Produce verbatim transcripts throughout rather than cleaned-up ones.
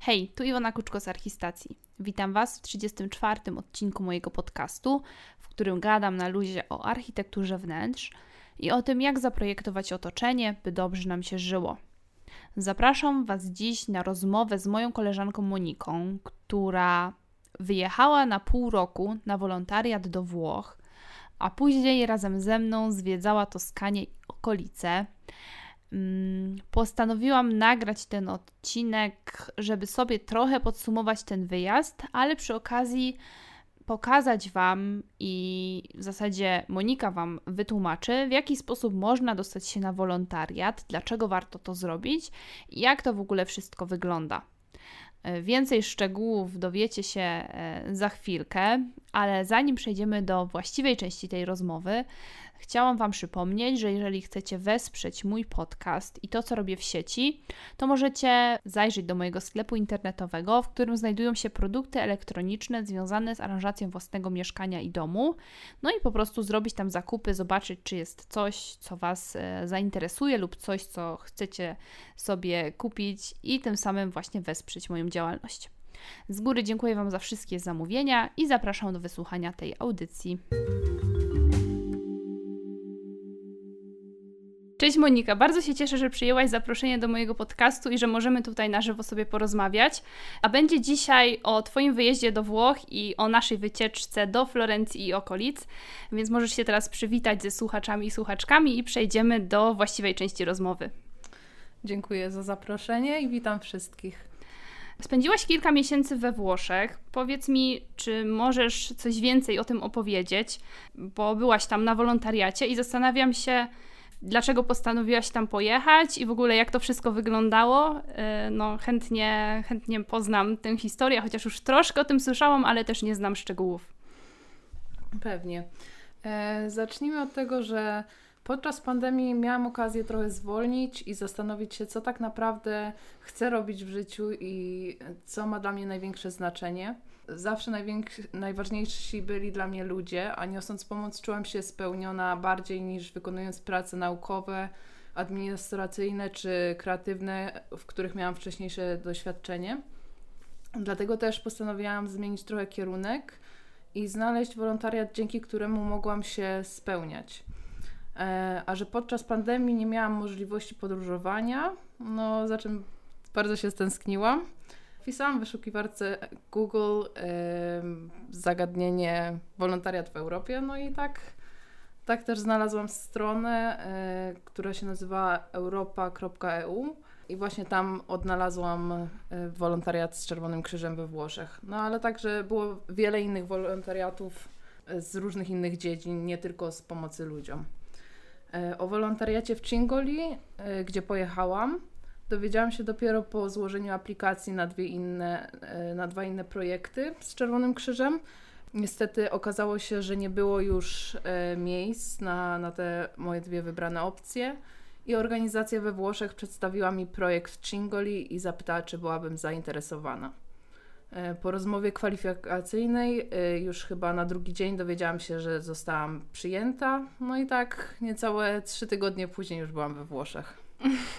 Hej, tu Iwona Kuczko z Archistacji. Witam Was w trzydziestym czwartym odcinku mojego podcastu, w którym gadam na luzie o architekturze wnętrz i o tym, jak zaprojektować otoczenie, by dobrze nam się żyło. Zapraszam Was dziś na rozmowę z moją koleżanką Moniką, która wyjechała na pół roku na wolontariat do Włoch, a później razem ze mną zwiedzała Toskanię i okolice. Postanowiłam nagrać ten odcinek, żeby sobie trochę podsumować ten wyjazd, ale przy okazji pokazać Wam i w zasadzie Monika Wam wytłumaczy, w jaki sposób można dostać się na wolontariat, dlaczego warto to zrobić i jak to w ogóle wszystko wygląda. Więcej szczegółów dowiecie się za chwilkę, ale zanim przejdziemy do właściwej części tej rozmowy, chciałam Wam przypomnieć, że jeżeli chcecie wesprzeć mój podcast i to, co robię w sieci, to możecie zajrzeć do mojego sklepu internetowego, w którym znajdują się produkty elektroniczne związane z aranżacją własnego mieszkania i domu. No i po prostu zrobić tam zakupy, zobaczyć, czy jest coś, co Was zainteresuje lub coś, co chcecie sobie kupić i tym samym właśnie wesprzeć moją działalność. Z góry dziękuję Wam za wszystkie zamówienia i zapraszam do wysłuchania tej audycji. Cześć Monika, bardzo się cieszę, że przyjęłaś zaproszenie do mojego podcastu i że możemy tutaj na żywo sobie porozmawiać. A będzie dzisiaj o Twoim wyjeździe do Włoch i o naszej wycieczce do Florencji i okolic, więc możesz się teraz przywitać ze słuchaczami i słuchaczkami i przejdziemy do właściwej części rozmowy. Dziękuję za zaproszenie i witam wszystkich. Spędziłaś kilka miesięcy we Włoszech. Powiedz mi, czy możesz coś więcej o tym opowiedzieć, bo byłaś tam na wolontariacie i zastanawiam się, dlaczego postanowiłaś tam pojechać i w ogóle jak to wszystko wyglądało. No chętnie, chętnie poznam tę historię, chociaż już troszkę o tym słyszałam, ale też nie znam szczegółów. Pewnie. E, zacznijmy od tego, że podczas pandemii miałam okazję trochę zwolnić i zastanowić się, co tak naprawdę chcę robić w życiu i co ma dla mnie największe znaczenie. Zawsze największy, najważniejsi byli dla mnie ludzie, a niosąc pomoc czułam się spełniona bardziej niż wykonując prace naukowe, administracyjne czy kreatywne, w których miałam wcześniejsze doświadczenie. Dlatego też postanowiłam zmienić trochę kierunek i znaleźć wolontariat, dzięki któremu mogłam się spełniać. A że podczas pandemii nie miałam możliwości podróżowania, no za czym bardzo się stęskniłam. Wpisałam w wyszukiwarce Google yy, zagadnienie wolontariat w Europie, no i tak, tak też znalazłam stronę, yy, która się nazywa europa kropka e u i właśnie tam odnalazłam yy, wolontariat z Czerwonym Krzyżem we Włoszech. No ale także było wiele innych wolontariatów z różnych innych dziedzin, nie tylko z pomocy ludziom. Yy, o wolontariacie w Cingoli, yy, gdzie pojechałam, dowiedziałam się dopiero po złożeniu aplikacji na, dwie inne, na dwa inne projekty z Czerwonym Krzyżem. Niestety okazało się, że nie było już e, miejsc na, na te moje dwie wybrane opcje i organizacja we Włoszech przedstawiła mi projekt w Cingoli i zapytała, czy byłabym zainteresowana. E, po rozmowie kwalifikacyjnej e, już chyba na drugi dzień dowiedziałam się, że zostałam przyjęta. No i tak niecałe trzy tygodnie później już byłam we Włoszech.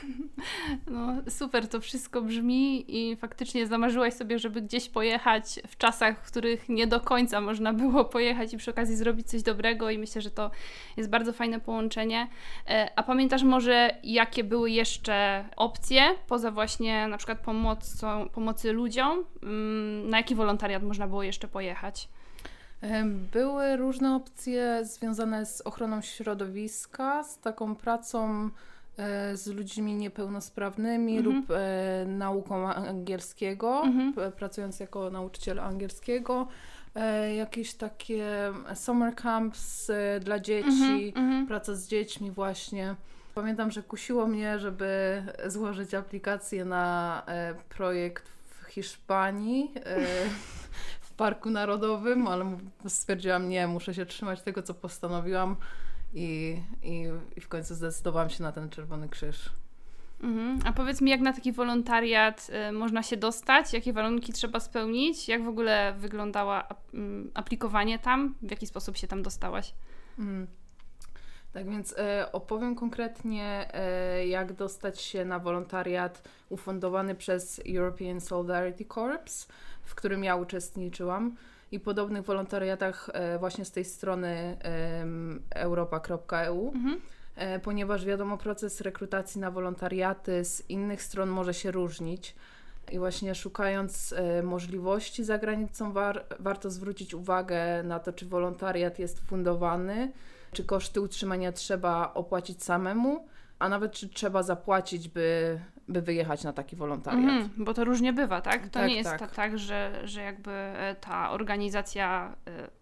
No super, to wszystko brzmi i faktycznie zamarzyłaś sobie, żeby gdzieś pojechać w czasach, w których nie do końca można było pojechać i przy okazji zrobić coś dobrego i myślę, że to jest bardzo fajne połączenie. A pamiętasz może, jakie były jeszcze opcje poza właśnie na przykład pomocą, pomocy ludziom? Na jaki wolontariat można było jeszcze pojechać? Były różne opcje związane z ochroną środowiska, z taką pracą z ludźmi niepełnosprawnymi mhm. lub e, nauką angielskiego, mhm. p- pracując jako nauczyciel angielskiego, e, jakieś takie summer camps e, dla dzieci, mhm. praca z dziećmi właśnie. Pamiętam, że kusiło mnie, żeby złożyć aplikację na e, projekt w Hiszpanii, e, w Parku Narodowym, ale stwierdziłam, nie, muszę się trzymać tego, co postanowiłam. I, i, I w końcu zdecydowałam się na ten Czerwony Krzyż. Mhm. A powiedz mi, jak na taki wolontariat y, można się dostać? Jakie warunki trzeba spełnić? Jak w ogóle wyglądało ap- aplikowanie tam? W jaki sposób się tam dostałaś? Mm. Tak więc e, opowiem konkretnie, e, jak dostać się na wolontariat ufundowany przez European Solidarity Corps, w którym ja uczestniczyłam. I podobnych wolontariatach e, właśnie z tej strony e, europa kropka e u, mhm. e, ponieważ wiadomo, proces rekrutacji na wolontariaty z innych stron może się różnić. I właśnie szukając e, możliwości za granicą war, warto zwrócić uwagę na to, czy wolontariat jest fundowany, czy koszty utrzymania trzeba opłacić samemu, a nawet czy trzeba zapłacić, by, by wyjechać na taki wolontariat. Mhm, bo to różnie bywa, tak? To tak, nie jest tak, ta, tak że, że jakby ta organizacja,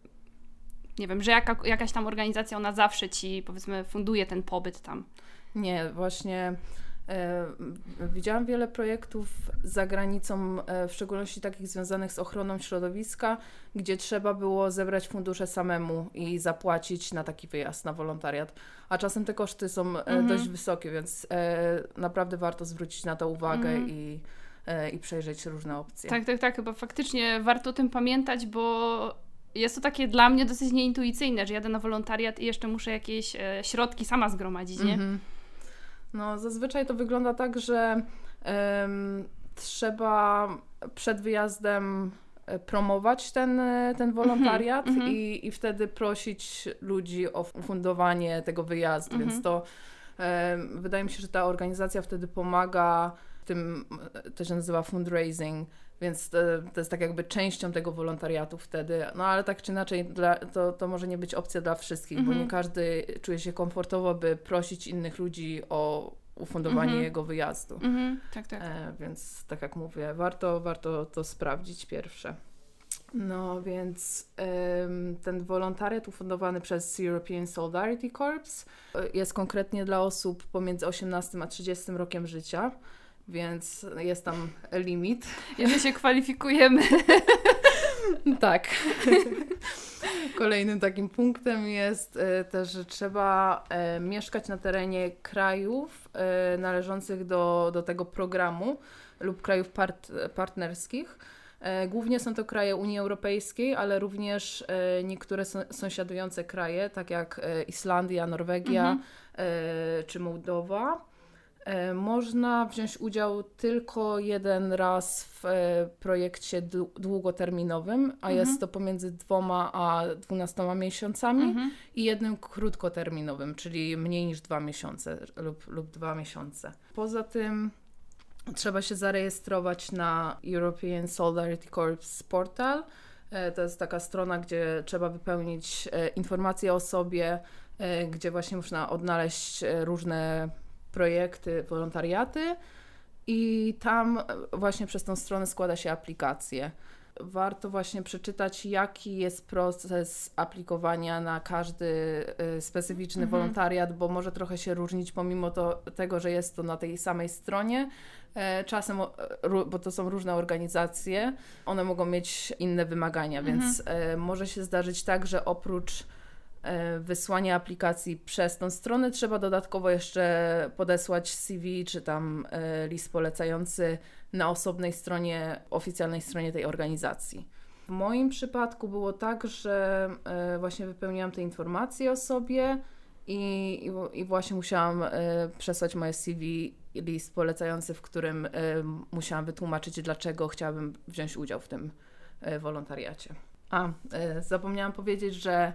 nie wiem, że jaka, jakaś tam organizacja, ona zawsze ci, powiedzmy, funduje ten pobyt tam. Nie, właśnie e, widziałam wiele projektów za granicą, e, w szczególności takich związanych z ochroną środowiska, gdzie trzeba było zebrać fundusze samemu i zapłacić na taki wyjazd, na wolontariat. A czasem te koszty są e, mhm. dość wysokie, więc e, naprawdę warto zwrócić na to uwagę mhm. i, e, i przejrzeć różne opcje. Tak, tak, tak. Chyba faktycznie warto o tym pamiętać, bo jest to takie dla mnie dosyć nieintuicyjne, że jadę na wolontariat i jeszcze muszę jakieś e, środki sama zgromadzić, nie? Mhm. No zazwyczaj to wygląda tak, że um, trzeba przed wyjazdem promować ten, ten wolontariat mm-hmm. i, i wtedy prosić ludzi o fundowanie tego wyjazdu, mm-hmm. więc to um, wydaje mi się, że ta organizacja wtedy pomaga w tym, to się nazywa fundraising, więc to, to jest tak jakby częścią tego wolontariatu wtedy, no ale tak czy inaczej dla, to, to może nie być opcja dla wszystkich, mm-hmm. bo nie każdy czuje się komfortowo, by prosić innych ludzi o ufundowanie mm-hmm. jego wyjazdu. Mm-hmm. Tak, tak. E, więc tak jak mówię, warto, warto to sprawdzić pierwsze. No więc ym, ten wolontariat ufundowany przez European Solidarity Corps jest konkretnie dla osób pomiędzy osiemnastym a trzydziestym rokiem życia, więc jest tam limit. Jeżeli się kwalifikujemy. Tak. Kolejnym takim punktem jest e, też, że trzeba e, mieszkać na terenie krajów e, należących do, do tego programu lub krajów part, partnerskich. E, głównie są to kraje Unii Europejskiej, ale również e, niektóre so, sąsiadujące kraje, tak jak e, Islandia, Norwegia mhm. e, czy Mołdowa. Można wziąć udział tylko jeden raz w projekcie długoterminowym, a mhm. jest to pomiędzy dwoma a dwunastoma miesiącami mhm. i jednym krótkoterminowym, czyli mniej niż dwa miesiące lub, lub dwa miesiące. Poza tym trzeba się zarejestrować na European Solidarity Corps Portal. To jest taka strona, gdzie trzeba wypełnić informacje o sobie, gdzie właśnie można odnaleźć różne projekty, wolontariaty i tam właśnie przez tą stronę składa się aplikacje. Warto właśnie przeczytać, jaki jest proces aplikowania na każdy y, specyficzny mhm. wolontariat, bo może trochę się różnić pomimo to, tego, że jest to na tej samej stronie. E, czasem, ru, bo to są różne organizacje, one mogą mieć inne wymagania, mhm. więc e, może się zdarzyć tak, że oprócz wysłania aplikacji przez tą stronę trzeba dodatkowo jeszcze podesłać C V czy tam list polecający na osobnej stronie, oficjalnej stronie tej organizacji. W moim przypadku było tak, że właśnie wypełniłam te informacje o sobie i, i, i właśnie musiałam przesłać moje C V i list polecający, w którym musiałam wytłumaczyć, dlaczego chciałabym wziąć udział w tym wolontariacie. A, zapomniałam powiedzieć, że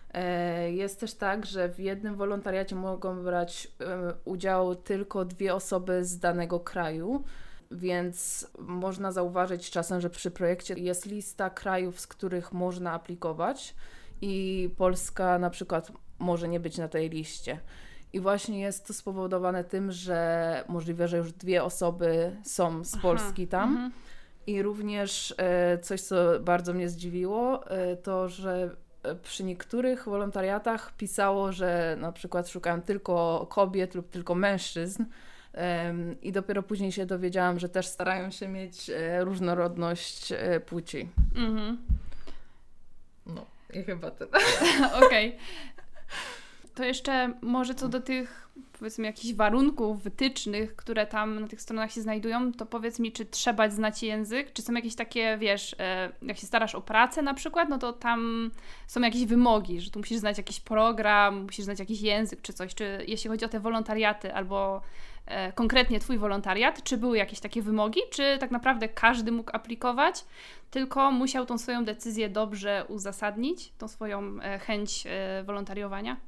jest też tak, że w jednym wolontariacie mogą brać udział tylko dwie osoby z danego kraju, więc można zauważyć czasem, że przy projekcie jest lista krajów, z których można aplikować i Polska na przykład może nie być na tej liście. I właśnie jest to spowodowane tym, że możliwe, że już dwie osoby są z Polski Aha, tam. Mhm. I również coś, co bardzo mnie zdziwiło, to, że przy niektórych wolontariatach pisało, że na przykład szukają tylko kobiet lub tylko mężczyzn um, i dopiero później się dowiedziałam, że też starają się mieć e, różnorodność e, płci. Mhm. No i chyba tyle. Okej. Okay. To jeszcze może co do tych powiedzmy jakichś warunków, wytycznych, które tam na tych stronach się znajdują, to powiedz mi, czy trzeba znać język? Czy są jakieś takie, wiesz, jak się starasz o pracę na przykład, no to tam są jakieś wymogi, że tu musisz znać jakiś program, musisz znać jakiś język czy coś. Czy jeśli chodzi o te wolontariaty albo e, konkretnie twój wolontariat, czy były jakieś takie wymogi, czy tak naprawdę każdy mógł aplikować, tylko musiał tą swoją decyzję dobrze uzasadnić, tą swoją e, chęć e, wolontariowania?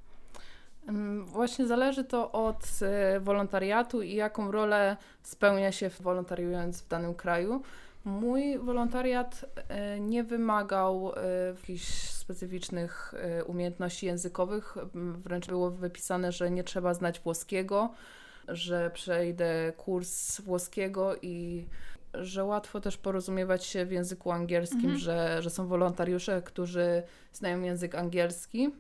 Właśnie zależy to od wolontariatu i jaką rolę spełnia się wolontariując w danym kraju. Mój wolontariat nie wymagał jakichś specyficznych umiejętności językowych, wręcz było wypisane, że nie trzeba znać włoskiego, że przejdę kurs włoskiego i że łatwo też porozumiewać się w języku angielskim, mhm. że, że są wolontariusze, którzy znają język angielski,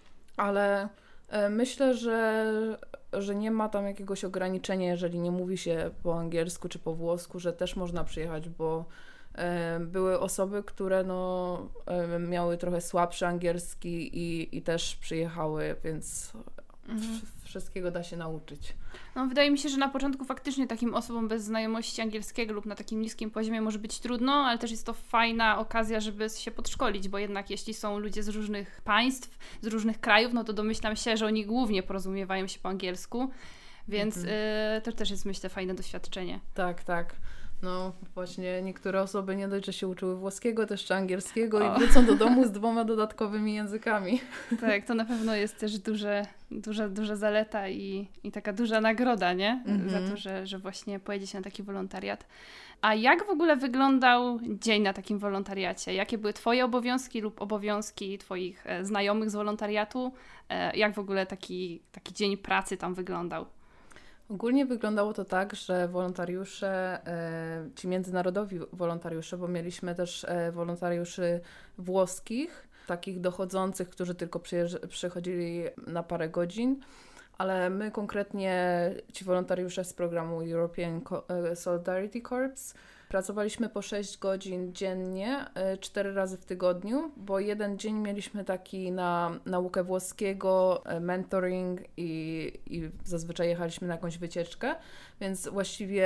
ale myślę, że, że nie ma tam jakiegoś ograniczenia, jeżeli nie mówi się po angielsku czy po włosku, że też można przyjechać, bo e, były osoby, które no, e, miały trochę słabszy angielski i, i też przyjechały, więc mhm. wszystkiego da się nauczyć. No, wydaje mi się, że na początku faktycznie takim osobom bez znajomości angielskiego lub na takim niskim poziomie może być trudno, ale też jest to fajna okazja, żeby się podszkolić, bo jednak jeśli są ludzie z różnych państw, z różnych krajów, no to domyślam się, że oni głównie porozumiewają się po angielsku, więc mhm. y, to też jest, myślę, fajne doświadczenie. Tak, tak. No właśnie niektóre osoby nie dość, że się uczyły włoskiego, też jeszcze angielskiego o. i wrócą do domu z dwoma dodatkowymi językami. Tak, to na pewno jest też duże, duża, duża zaleta i, i taka duża nagroda, nie? Mm-hmm. Za to, że, że właśnie pojedzie się na taki wolontariat. A jak w ogóle wyglądał dzień na takim wolontariacie? Jakie były twoje obowiązki lub obowiązki twoich e, znajomych z wolontariatu? E, jak w ogóle taki, taki dzień pracy tam wyglądał? Ogólnie wyglądało to tak, że wolontariusze, ci międzynarodowi wolontariusze, bo mieliśmy też wolontariuszy włoskich, takich dochodzących, którzy tylko przyjeżdż- przychodzili na parę godzin, ale my konkretnie, ci wolontariusze z programu European Solidarity Corps, pracowaliśmy po sześć godzin dziennie, cztery razy w tygodniu, bo jeden dzień mieliśmy taki na naukę włoskiego, mentoring i, i zazwyczaj jechaliśmy na jakąś wycieczkę, więc właściwie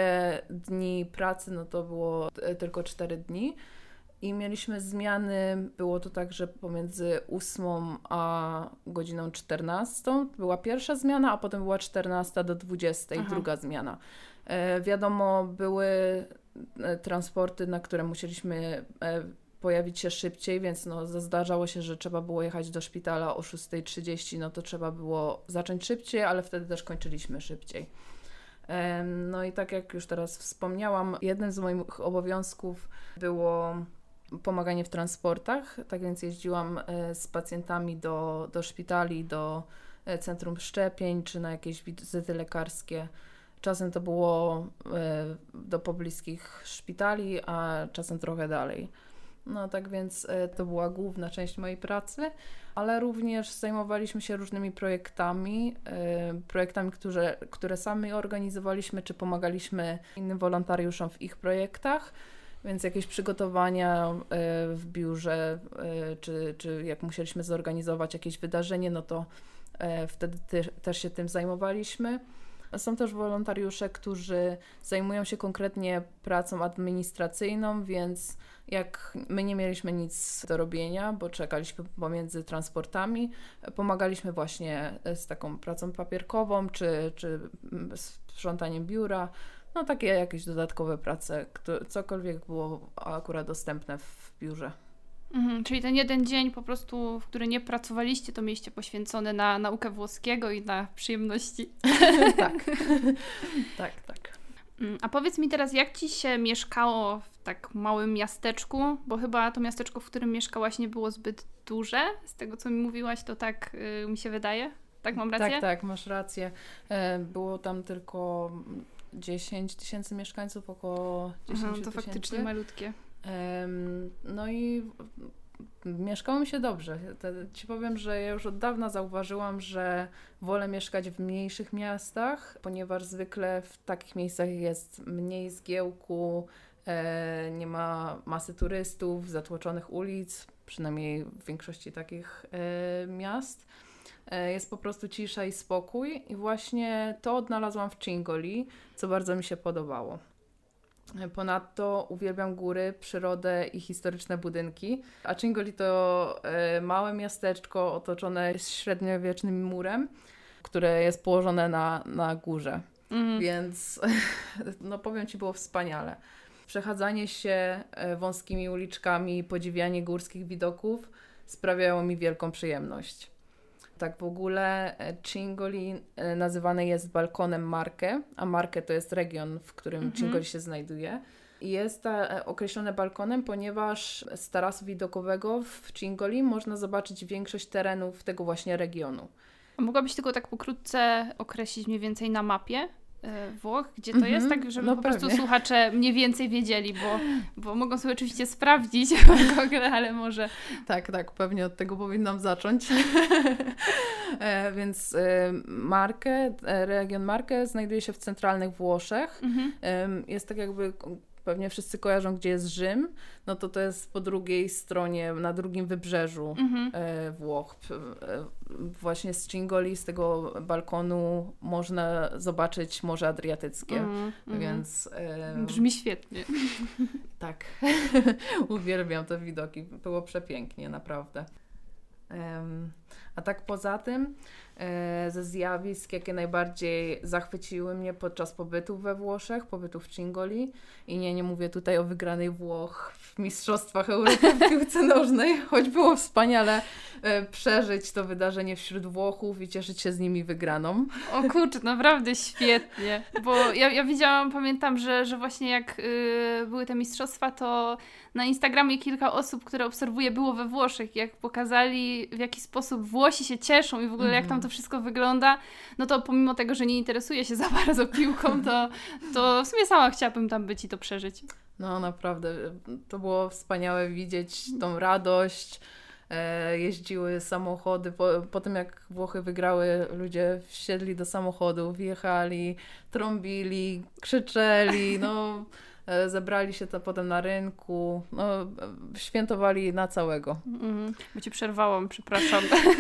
dni pracy no to było tylko cztery dni. I mieliśmy zmiany, było to tak, że pomiędzy ósmą a godziną czternastą była pierwsza zmiana, a potem była czternasta do dwudziestej, Aha. druga zmiana. E, wiadomo, były transporty, na które musieliśmy e, pojawić się szybciej, więc no, zdarzało się, że trzeba było jechać do szpitala o szósta trzydzieści, no to trzeba było zacząć szybciej, ale wtedy też kończyliśmy szybciej. E, no i tak jak już teraz wspomniałam, jednym z moich obowiązków było pomaganie w transportach, tak więc jeździłam z pacjentami do, do szpitali, do centrum szczepień, czy na jakieś wizyty lekarskie. Czasem to było do pobliskich szpitali, a czasem trochę dalej. No tak więc to była główna część mojej pracy, ale również zajmowaliśmy się różnymi projektami, projektami, które, które sami organizowaliśmy, czy pomagaliśmy innym wolontariuszom w ich projektach. Więc jakieś przygotowania w biurze, czy, czy jak musieliśmy zorganizować jakieś wydarzenie, no to wtedy ty, też się tym zajmowaliśmy. Są też wolontariusze, którzy zajmują się konkretnie pracą administracyjną, więc jak my nie mieliśmy nic do robienia, bo czekaliśmy pomiędzy transportami, pomagaliśmy właśnie z taką pracą papierkową, czy, czy sprzątaniem biura. No takie jakieś dodatkowe prace, które, cokolwiek było akurat dostępne w biurze. Mhm, czyli ten jeden dzień po prostu, w który nie pracowaliście, to mieliście poświęcony na naukę włoskiego i na przyjemności. tak, tak, tak. A powiedz mi teraz, jak Ci się mieszkało w tak małym miasteczku, bo chyba to miasteczko, w którym mieszkałaś, nie było zbyt duże, z tego co mi mówiłaś, to tak yy, mi się wydaje. Tak, mam rację? Tak, tak, masz rację. Było tam tylko dziesięć tysięcy mieszkańców, około dziesięć tysięcy. To faktycznie malutkie. No i mieszkało mi się dobrze. Ci powiem, że ja już od dawna zauważyłam, że wolę mieszkać w mniejszych miastach, ponieważ zwykle w takich miejscach jest mniej zgiełku, nie ma masy turystów, zatłoczonych ulic, przynajmniej w większości takich miast. jest po prostu cisza i spokój i właśnie to odnalazłam w Cingoli, co bardzo mi się podobało. Ponadto uwielbiam góry, przyrodę i historyczne budynki, a Cingoli to małe miasteczko otoczone średniowiecznym murem, które jest położone na, na górze, mm. więc no powiem Ci, było wspaniale. Przechadzanie się wąskimi uliczkami, podziwianie górskich widoków sprawiało mi wielką przyjemność. Tak w ogóle Cingoli nazywane jest balkonem Marche, a Marche to jest region, w którym mhm. Cingoli się znajduje. I jest ta, określone balkonem, ponieważ z tarasu widokowego w Cingoli można zobaczyć większość terenów tego właśnie regionu. A mogłabyś tylko tak pokrótce określić mniej więcej na mapie Włoch, gdzie to mm-hmm. jest, tak żeby no po pewnie. prostu słuchacze mniej więcej wiedzieli, bo, bo mogą sobie oczywiście sprawdzić w Google, ale może... Tak, tak, pewnie od tego powinnam zacząć. e, więc e, Marche, e, region Marche znajduje się w centralnych Włoszech. Mm-hmm. E, jest tak jakby... Pewnie wszyscy kojarzą, gdzie jest Rzym, no to to jest po drugiej stronie, na drugim wybrzeżu mm-hmm. e, Włoch. E, właśnie z Cingoli, z tego balkonu można zobaczyć Morze Adriatyckie, mm-hmm. więc... E, Brzmi świetnie. Tak, uwielbiam te widoki, było przepięknie, naprawdę. E, a tak poza tym, e, ze zjawisk, jakie najbardziej zachwyciły mnie podczas pobytu we Włoszech, pobytu w Cingoli, i nie, nie mówię tutaj o wygranej Włoch w Mistrzostwach Europy w piłce nożnej, choć było wspaniale e, przeżyć to wydarzenie wśród Włochów i cieszyć się z nimi wygraną. O kurczę, naprawdę świetnie, bo ja, ja widziałam, pamiętam, że, że właśnie jak y, były te mistrzostwa, to na Instagramie kilka osób, które obserwuję, było we Włoszech, jak pokazali, w jaki sposób Włosi się cieszą i w ogóle mm-hmm. jak tam to wszystko wygląda, no to pomimo tego, że nie interesuję się za bardzo piłką, to, to w sumie sama chciałabym tam być i to przeżyć. No naprawdę, to było wspaniałe widzieć tą radość. E, jeździły samochody, po, po tym jak Włochy wygrały, ludzie wsiedli do samochodów, wjechali, trąbili, krzyczeli, no... Zebrali się to potem na rynku, no, świętowali na całego. Mm, bo Ci przerwałam, przepraszam.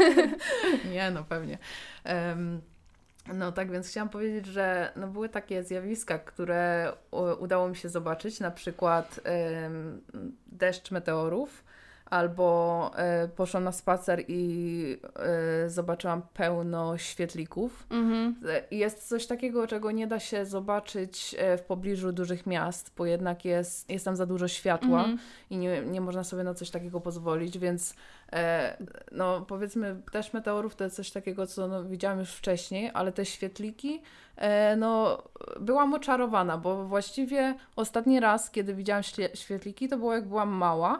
Nie, no pewnie. Um, no tak więc chciałam powiedzieć, że no, były takie zjawiska, które u, udało mi się zobaczyć, na przykład um, deszcz meteorów, albo y, poszłam na spacer i y, zobaczyłam pełno świetlików. Mm-hmm. Jest coś takiego, czego nie da się zobaczyć w pobliżu dużych miast, bo jednak jest, jest tam za dużo światła mm-hmm. i nie, nie można sobie na coś takiego pozwolić, więc e, no powiedzmy deszcz meteorów to jest coś takiego, co no, widziałam już wcześniej, ale te świetliki, e, no byłam oczarowana, bo właściwie ostatni raz, kiedy widziałam świe- świetliki, to było jak byłam mała.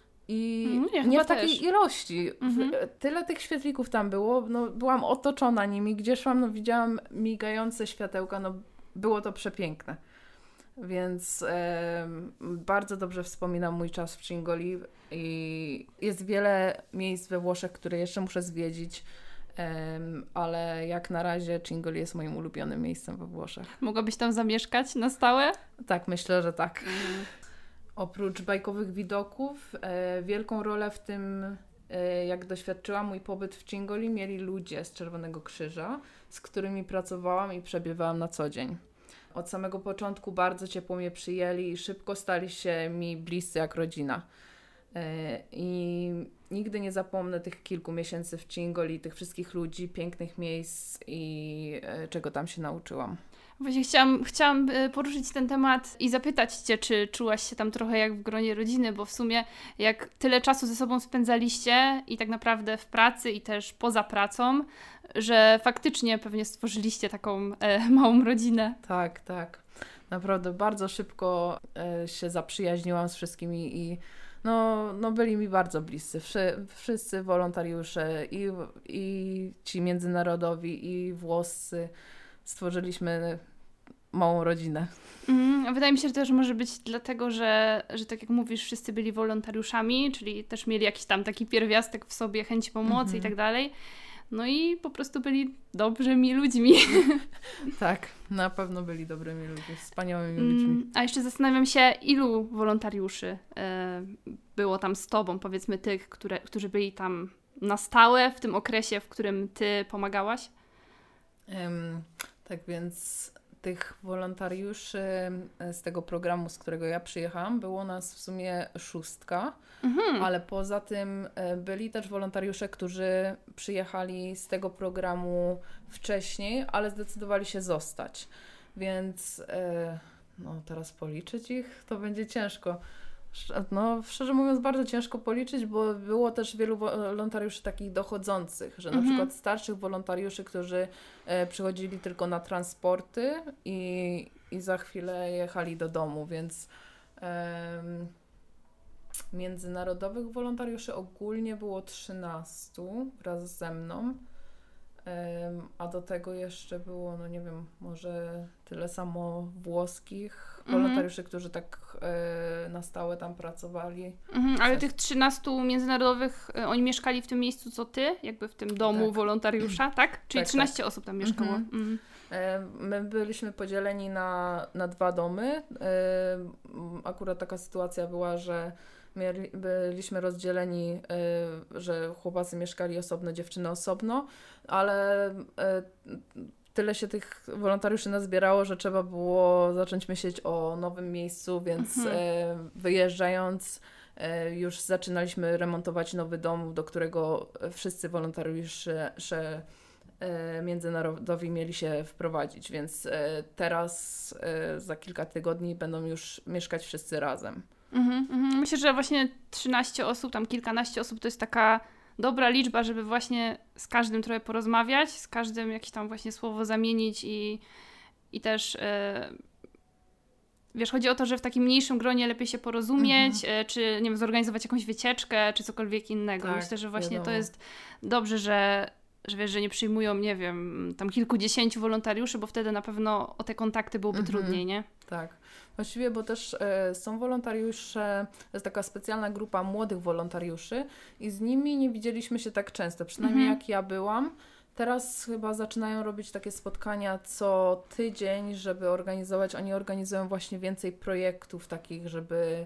I mm, nie w takiej też. ilości. Mm-hmm. Tyle tych świetlików tam było. No, byłam otoczona nimi. Gdzie szłam, no, widziałam migające światełka. No, było to przepiękne. Więc e, bardzo dobrze wspominam mój czas w Cingoli. I jest wiele miejsc we Włoszech, które jeszcze muszę zwiedzić. E, ale jak na razie Cingoli jest moim ulubionym miejscem we Włoszech. Mogłabyś tam zamieszkać na stałe? Tak, myślę, że tak. Mm. Oprócz bajkowych widoków, e, wielką rolę w tym, e, jak doświadczyłam mój pobyt w Cingoli, mieli ludzie z Czerwonego Krzyża, z którymi pracowałam i przebywałam na co dzień. Od samego początku bardzo ciepło mnie przyjęli i szybko stali się mi bliscy jak rodzina. E, I nigdy nie zapomnę tych kilku miesięcy w Cingoli, tych wszystkich ludzi, pięknych miejsc i e, czego tam się nauczyłam. Właśnie chciałam, chciałam poruszyć ten temat i zapytać Cię, czy czułaś się tam trochę jak w gronie rodziny, bo w sumie jak tyle czasu ze sobą spędzaliście i tak naprawdę w pracy i też poza pracą, że faktycznie pewnie stworzyliście taką e, małą rodzinę. Tak, tak. Naprawdę bardzo szybko e, się zaprzyjaźniłam z wszystkimi i no, no byli mi bardzo bliscy. Wszy, wszyscy wolontariusze i, i ci międzynarodowi i włoscy. Stworzyliśmy małą rodzinę. Mm, wydaje mi się, że to też może być dlatego, że, że tak jak mówisz, wszyscy byli wolontariuszami, czyli też mieli jakiś tam taki pierwiastek w sobie, chęci pomocy mm-hmm. i tak dalej. No i po prostu byli dobrymi ludźmi. Tak, na pewno byli dobrymi ludźmi, wspaniałymi mm, ludźmi. A jeszcze zastanawiam się, ilu wolontariuszy e, było tam z Tobą, powiedzmy tych, które, którzy byli tam na stałe w tym okresie, w którym Ty pomagałaś? Um, tak więc tych wolontariuszy z tego programu, z którego ja przyjechałam, było nas w sumie szóstka, mhm. ale poza tym byli też wolontariusze, którzy przyjechali z tego programu wcześniej, ale zdecydowali się zostać. Więc no teraz policzyć ich to będzie ciężko. No, szczerze mówiąc, bardzo ciężko policzyć, bo było też wielu wolontariuszy takich dochodzących, że na mhm. przykład starszych wolontariuszy, którzy e, przychodzili tylko na transporty i, i za chwilę jechali do domu, więc e, międzynarodowych wolontariuszy ogólnie było trzynastu wraz ze mną. A do tego jeszcze było, no nie wiem, może tyle samo włoskich wolontariuszy, mm-hmm. którzy tak e, na stałe tam pracowali. Mm-hmm, ale tych trzynastu międzynarodowych, oni mieszkali w tym miejscu co ty? Jakby w tym domu tak. wolontariusza, tak? Czyli tak, trzynaście tak. osób tam mieszkało. Mm-hmm. Mm. E, my byliśmy podzieleni na, na dwa domy. E, akurat taka sytuacja była, że Mieli, byliśmy rozdzieleni, y, że chłopacy mieszkali osobno, dziewczyny osobno, ale y, tyle się tych wolontariuszy nazbierało, że trzeba było zacząć myśleć o nowym miejscu, więc mhm. y, wyjeżdżając y, już zaczynaliśmy remontować nowy dom, do którego wszyscy wolontariusze y, międzynarodowi mieli się wprowadzić, więc y, teraz y, za kilka tygodni będą już mieszkać wszyscy razem. Mhm, mhm. Myślę, że właśnie trzynaście osób, tam kilkanaście osób to jest taka dobra liczba, żeby właśnie z każdym trochę porozmawiać, z każdym jakieś tam właśnie słowo zamienić i, i też yy, wiesz, chodzi o to, że w takim mniejszym gronie lepiej się porozumieć, mhm. yy, czy nie wiem, zorganizować jakąś wycieczkę, czy cokolwiek innego. Tak, myślę, że właśnie wiadomo. To jest dobrze, że że wiesz, że nie przyjmują, nie wiem, tam kilkudziesięciu wolontariuszy, bo wtedy na pewno o te kontakty byłoby mhm. trudniej, nie? Tak. Właściwie, bo też y, są wolontariusze, to jest taka specjalna grupa młodych wolontariuszy i z nimi nie widzieliśmy się tak często, przynajmniej mhm. jak ja byłam. Teraz chyba zaczynają robić takie spotkania co tydzień, żeby organizować, oni organizują właśnie więcej projektów takich, żeby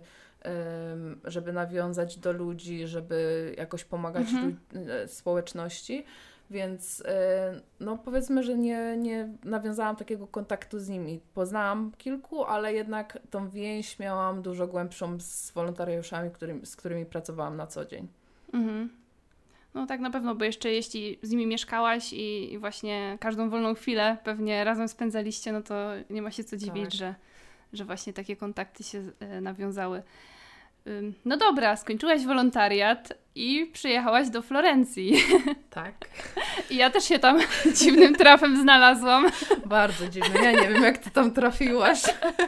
żeby nawiązać do ludzi, żeby jakoś pomagać mhm. lu- społeczności. Więc no powiedzmy, że nie, nie nawiązałam takiego kontaktu z nimi. Poznałam kilku, ale jednak tą więź miałam dużo głębszą z wolontariuszami, którymi, z którymi pracowałam na co dzień. Mhm. No tak na pewno, bo jeszcze jeśli z nimi mieszkałaś i, i właśnie każdą wolną chwilę pewnie razem spędzaliście, no to nie ma się co dziwić, tak. że, że właśnie takie kontakty się e, nawiązały. Ym, no dobra, skończyłaś wolontariat i przyjechałaś do Florencji. Tak. I ja też się tam dziwnym trafem znalazłam. Bardzo dziwny. Ja nie wiem, jak ty tam trafiłaś.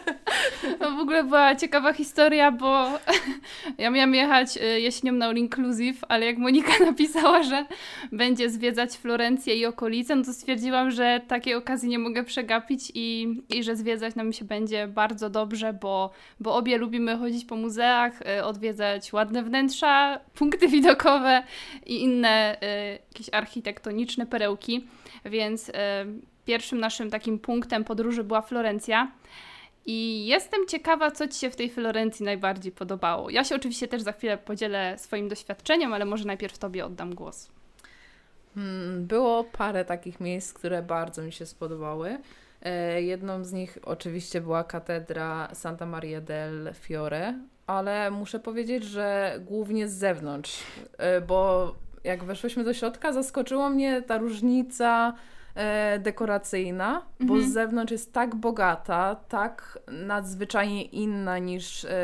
No w ogóle była ciekawa historia, bo ja miałam jechać jesienią na All Inclusive, ale jak Monika napisała, że będzie zwiedzać Florencję i okolice, no to stwierdziłam, że takiej okazji nie mogę przegapić i, i że zwiedzać nam się będzie bardzo dobrze, bo, bo obie lubimy chodzić po muzeach, odwiedzać ładne wnętrza, punkty widokowe i inne y, jakieś architektoniczne perełki, więc y, pierwszym naszym takim punktem podróży była Florencja i jestem ciekawa, co Ci się w tej Florencji najbardziej podobało. Ja się oczywiście też za chwilę podzielę swoim doświadczeniem, ale może najpierw Tobie oddam głos. Hmm, było parę takich miejsc, które bardzo mi się spodobały. E, jedną z nich oczywiście była katedra Santa Maria del Fiore, ale muszę powiedzieć, że głównie z zewnątrz, bo jak weszłyśmy do środka, zaskoczyła mnie ta różnica e, dekoracyjna, mhm. bo z zewnątrz jest tak bogata, tak nadzwyczajnie inna niż e,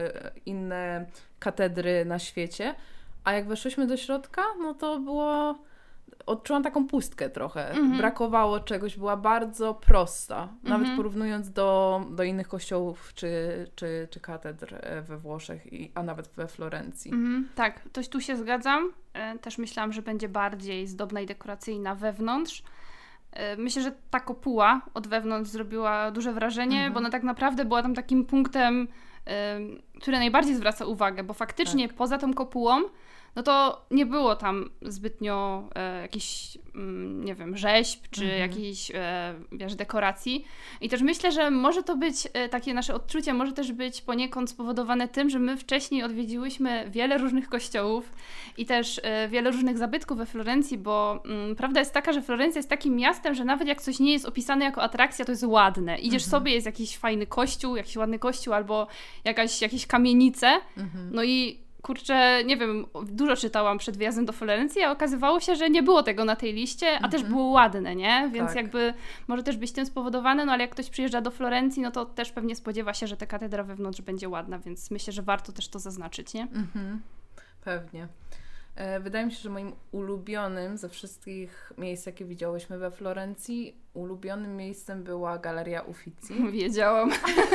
inne katedry na świecie, a jak weszłyśmy do środka, no to było... Odczułam taką pustkę trochę. Mhm. Brakowało czegoś, była bardzo prosta. Nawet mhm. porównując do, do innych kościołów czy, czy, czy katedr we Włoszech, i, a nawet we Florencji. Mhm. Tak, to tu się zgadzam. Też myślałam, że będzie bardziej zdobna i dekoracyjna wewnątrz. Myślę, że ta kopuła od wewnątrz zrobiła duże wrażenie, mhm. bo ona tak naprawdę była tam takim punktem, który najbardziej zwraca uwagę, bo faktycznie tak. poza tą kopułą no to nie było tam zbytnio e, jakichś, mm, nie wiem, rzeźb, czy mhm. jakichś, e, wiesz, dekoracji. I też myślę, że może to być, e, takie nasze odczucie może też być poniekąd spowodowane tym, że my wcześniej odwiedziłyśmy wiele różnych kościołów i też e, wiele różnych zabytków we Florencji, bo mm, prawda jest taka, że Florencja jest takim miastem, że nawet jak coś nie jest opisane jako atrakcja, to jest ładne. Idziesz mhm. sobie, jest jakiś fajny kościół, jakiś ładny kościół, albo jakaś, jakieś kamienice, mhm. no i kurczę, nie wiem, dużo czytałam przed wyjazdem do Florencji, a okazywało się, że nie było tego na tej liście, a mm-hmm. też było ładne, nie? Więc tak. jakby może też być tym spowodowane, no ale jak ktoś przyjeżdża do Florencji, no to też pewnie spodziewa się, że ta katedra wewnątrz będzie ładna, więc myślę, że warto też to zaznaczyć, nie? Mm-hmm. Pewnie. E, wydaje mi się, że moim ulubionym ze wszystkich miejsc, jakie widziałyśmy we Florencji, ulubionym miejscem była Galeria Uffizi. Wiedziałam.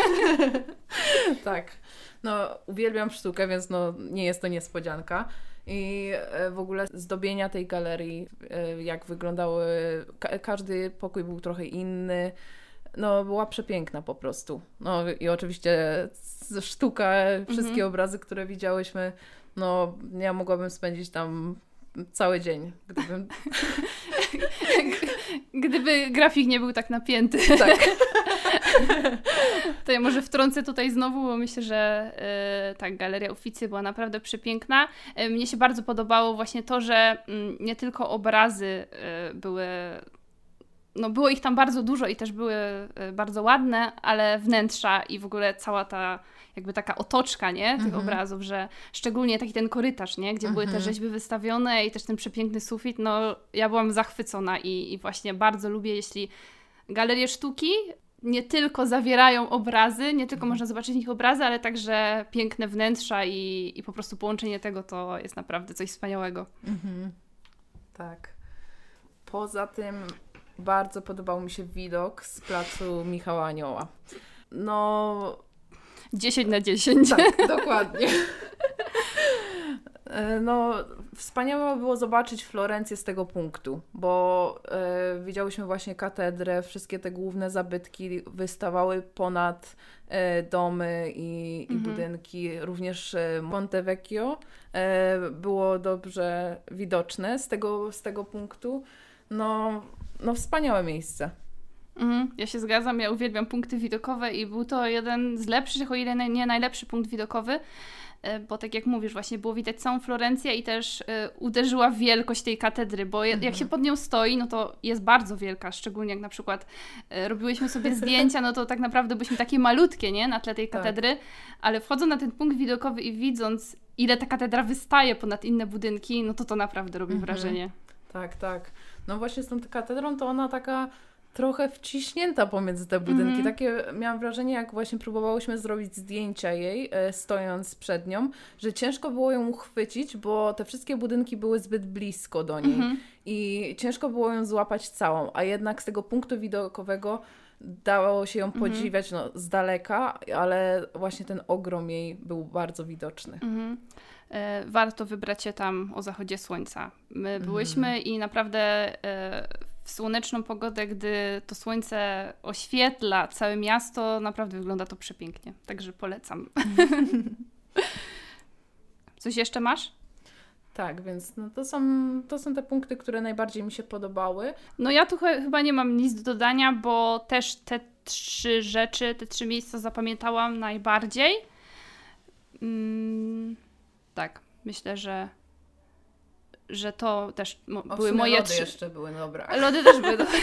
Tak. No, uwielbiam sztukę, więc no, nie jest to niespodzianka. I w ogóle zdobienia tej galerii, jak wyglądały, ka- każdy pokój był trochę inny. No, była przepiękna po prostu. No i oczywiście sztuka, wszystkie mhm. obrazy, które widziałyśmy, no ja mogłabym spędzić tam cały dzień, gdybym... Gdyby grafik nie był tak napięty. Tak. To ja może wtrącę tutaj znowu, bo myślę, że yy, tak, Galeria Uffizi była naprawdę przepiękna. Yy, mnie się bardzo podobało właśnie to, że yy, nie tylko obrazy yy, były... No było ich tam bardzo dużo i też były yy, bardzo ładne, ale wnętrza i w ogóle cała ta jakby taka otoczka, nie? Tych mhm. obrazów, że szczególnie taki ten korytarz, nie? Gdzie mhm. były te rzeźby wystawione i też ten przepiękny sufit, no ja byłam zachwycona i, i właśnie bardzo lubię, jeśli galerie sztuki nie tylko zawierają obrazy, nie tylko mhm. można zobaczyć w nich obrazy, ale także piękne wnętrza i, i po prostu połączenie tego to jest naprawdę coś wspaniałego. Mhm. Tak. Poza tym bardzo podobał mi się widok z placu Michała Anioła. No... dziesięć na dziesięć. Tak, dokładnie. No, wspaniałe było zobaczyć Florencję z tego punktu, bo e, widziałyśmy właśnie katedrę, wszystkie te główne zabytki wystawały ponad e, domy i, i mhm. budynki. Również e, Monte Vecchio e, było dobrze widoczne z tego, z tego punktu. No, no wspaniałe miejsce. Mhm, ja się zgadzam, ja uwielbiam punkty widokowe i był to jeden z lepszych, o ile nie najlepszy punkt widokowy, bo tak jak mówisz, właśnie było widać całą Florencję i też y, uderzyła w wielkość tej katedry, bo je, mhm. jak się pod nią stoi, no to jest bardzo wielka, szczególnie jak na przykład y, robiłyśmy sobie zdjęcia, no to tak naprawdę byliśmy takie malutkie, nie, na tle tej katedry, tak. ale wchodząc na ten punkt widokowy i widząc, ile ta katedra wystaje ponad inne budynki, no to to naprawdę robi mhm. wrażenie. Tak, tak. No właśnie z tą katedrą to ona taka trochę wciśnięta pomiędzy te budynki. Mm-hmm. Takie miałam wrażenie, jak właśnie próbowałyśmy zrobić zdjęcia jej, e, stojąc przed nią, że ciężko było ją uchwycić, bo te wszystkie budynki były zbyt blisko do niej mm-hmm. i ciężko było ją złapać całą, a jednak z tego punktu widokowego dało się ją podziwiać mm-hmm. no, z daleka, ale właśnie ten ogrom jej był bardzo widoczny. Mm-hmm. E, warto wybrać się tam o zachodzie słońca. My byłyśmy mm. i naprawdę e, w słoneczną pogodę, gdy to słońce oświetla całe miasto, naprawdę wygląda to przepięknie. Także polecam. Coś jeszcze masz? Tak, więc no to, są, to są te punkty, które najbardziej mi się podobały. No ja tu ch- chyba nie mam nic do dodania, bo też te trzy rzeczy, te trzy miejsca zapamiętałam najbardziej. Mm. Tak, myślę, że, że to też mo- o, były moje lody trzy... jeszcze były dobre. Lody też były dobre.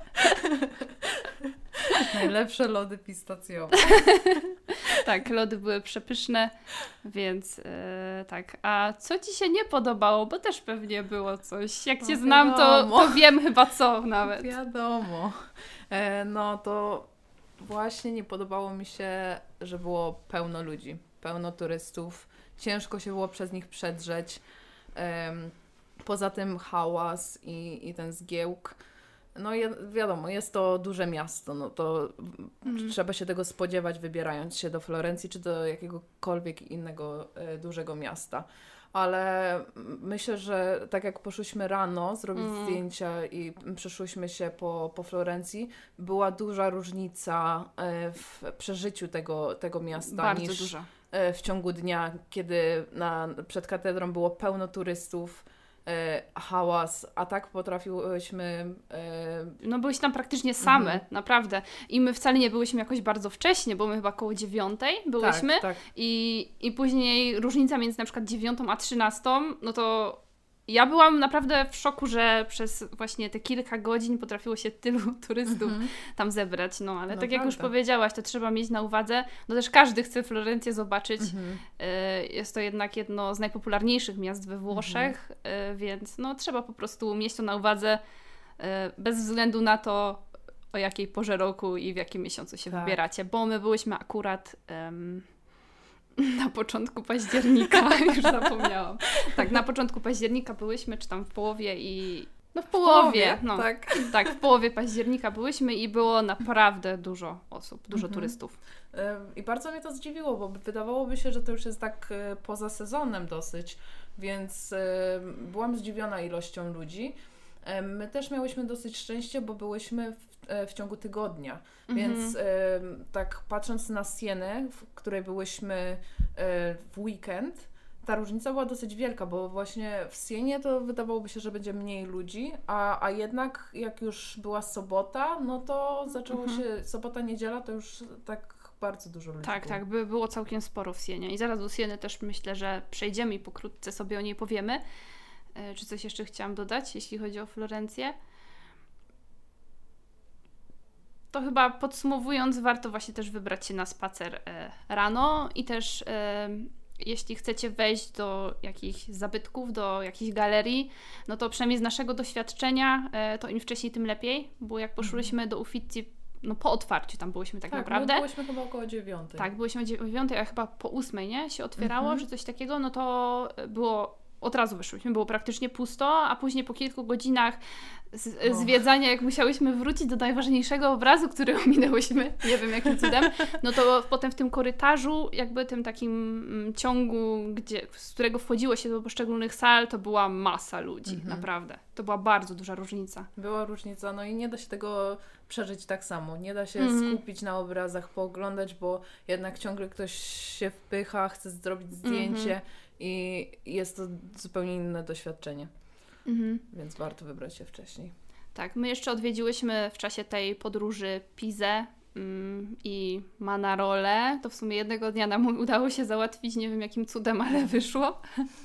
Najlepsze lody pistacjowe. Tak, lody były przepyszne, więc yy, tak. A co Ci się nie podobało? Bo też pewnie było coś. Jak Cię no, znam, to, to wiem chyba co nawet. Wiadomo. E, no to właśnie nie podobało mi się, że było pełno ludzi, pełno turystów. Ciężko się było przez nich przedrzeć. Um, poza tym hałas i, i ten zgiełk. No je, wiadomo, jest to duże miasto, no to mm. trzeba się tego spodziewać, wybierając się do Florencji czy do jakiegokolwiek innego e, dużego miasta. Ale myślę, że tak jak poszłyśmy rano zrobić mm. zdjęcia i przeszłyśmy się po, po Florencji, była duża różnica e, w przeżyciu tego, tego miasta Bardzo niż, duża. w ciągu dnia, kiedy na, przed katedrą było pełno turystów, e, hałas, a tak potrafiłyśmy... E... No byłyśmy tam praktycznie same, mhm. naprawdę. I my wcale nie byłyśmy jakoś bardzo wcześnie, bo my chyba koło dziewiątej byłyśmy tak, tak. I, i później różnica między na przykład dziewiątą a trzynastą, no to ja byłam naprawdę w szoku, że przez właśnie te kilka godzin potrafiło się tylu turystów mm-hmm. tam zebrać. No ale no tak jak już powiedziałaś, to trzeba mieć na uwadze, no też każdy chce Florencję zobaczyć. Mm-hmm. Jest to jednak jedno z najpopularniejszych miast we Włoszech, mm-hmm. więc no trzeba po prostu mieć to na uwadze bez względu na to, o jakiej porze roku i w jakim miesiącu się tak. wybieracie, bo my byłyśmy akurat... Um, na początku października, już zapomniałam. Tak, na początku października byłyśmy, czy tam w połowie i... No w połowie, w połowie no. Tak. tak, w połowie października byłyśmy i było naprawdę dużo osób, dużo mhm. turystów. I bardzo mnie to zdziwiło, bo wydawałoby się, że to już jest tak poza sezonem dosyć, więc byłam zdziwiona ilością ludzi. My też miałyśmy dosyć szczęście, bo byłyśmy w, w ciągu tygodnia, mhm. więc e, tak patrząc na Sienę, w której byłyśmy e, w weekend, ta różnica była dosyć wielka, bo właśnie w Sienie to wydawałoby się, że będzie mniej ludzi, a, a jednak jak już była sobota, no to zaczęło mhm. się, sobota, niedziela to już tak bardzo dużo ludzi Tak, było. tak, by, było całkiem sporo w Sienie i zaraz do Sieny też myślę, że przejdziemy i pokrótce sobie o niej powiemy. Czy coś jeszcze chciałam dodać, jeśli chodzi o Florencję? To chyba podsumowując, warto właśnie też wybrać się na spacer e, rano i też e, jeśli chcecie wejść do jakichś zabytków, do jakichś galerii, no to przynajmniej z naszego doświadczenia e, to im wcześniej, tym lepiej, bo jak poszłyśmy mm. do Uffizi, no po otwarciu tam byłyśmy tak, tak naprawdę. Tak, byłyśmy chyba około dziewiątej. Tak, byłyśmy o dziewiątej, a chyba po ósmej, nie? Się otwierało, mm-hmm. czy coś takiego, no to było... Od razu wyszłyśmy, było praktycznie pusto, a później po kilku godzinach z- zwiedzania, jak musiałyśmy wrócić do najważniejszego obrazu, który ominęłyśmy, nie wiem jakim cudem, no to potem w tym korytarzu, jakby tym takim ciągu, gdzie, z którego wchodziło się do poszczególnych sal, to była masa ludzi, mhm. naprawdę. To była bardzo duża różnica. Była różnica, no i nie da się tego przeżyć tak samo. Nie da się Mhm. skupić na obrazach, pooglądać, bo jednak ciągle ktoś się wpycha, chce zrobić zdjęcie. Mhm. I jest to zupełnie inne doświadczenie, mhm. więc warto wybrać się wcześniej. Tak, my jeszcze odwiedziłyśmy w czasie tej podróży Pizę mm, i Manarole. To w sumie jednego dnia nam udało się załatwić, nie wiem jakim cudem, ale wyszło.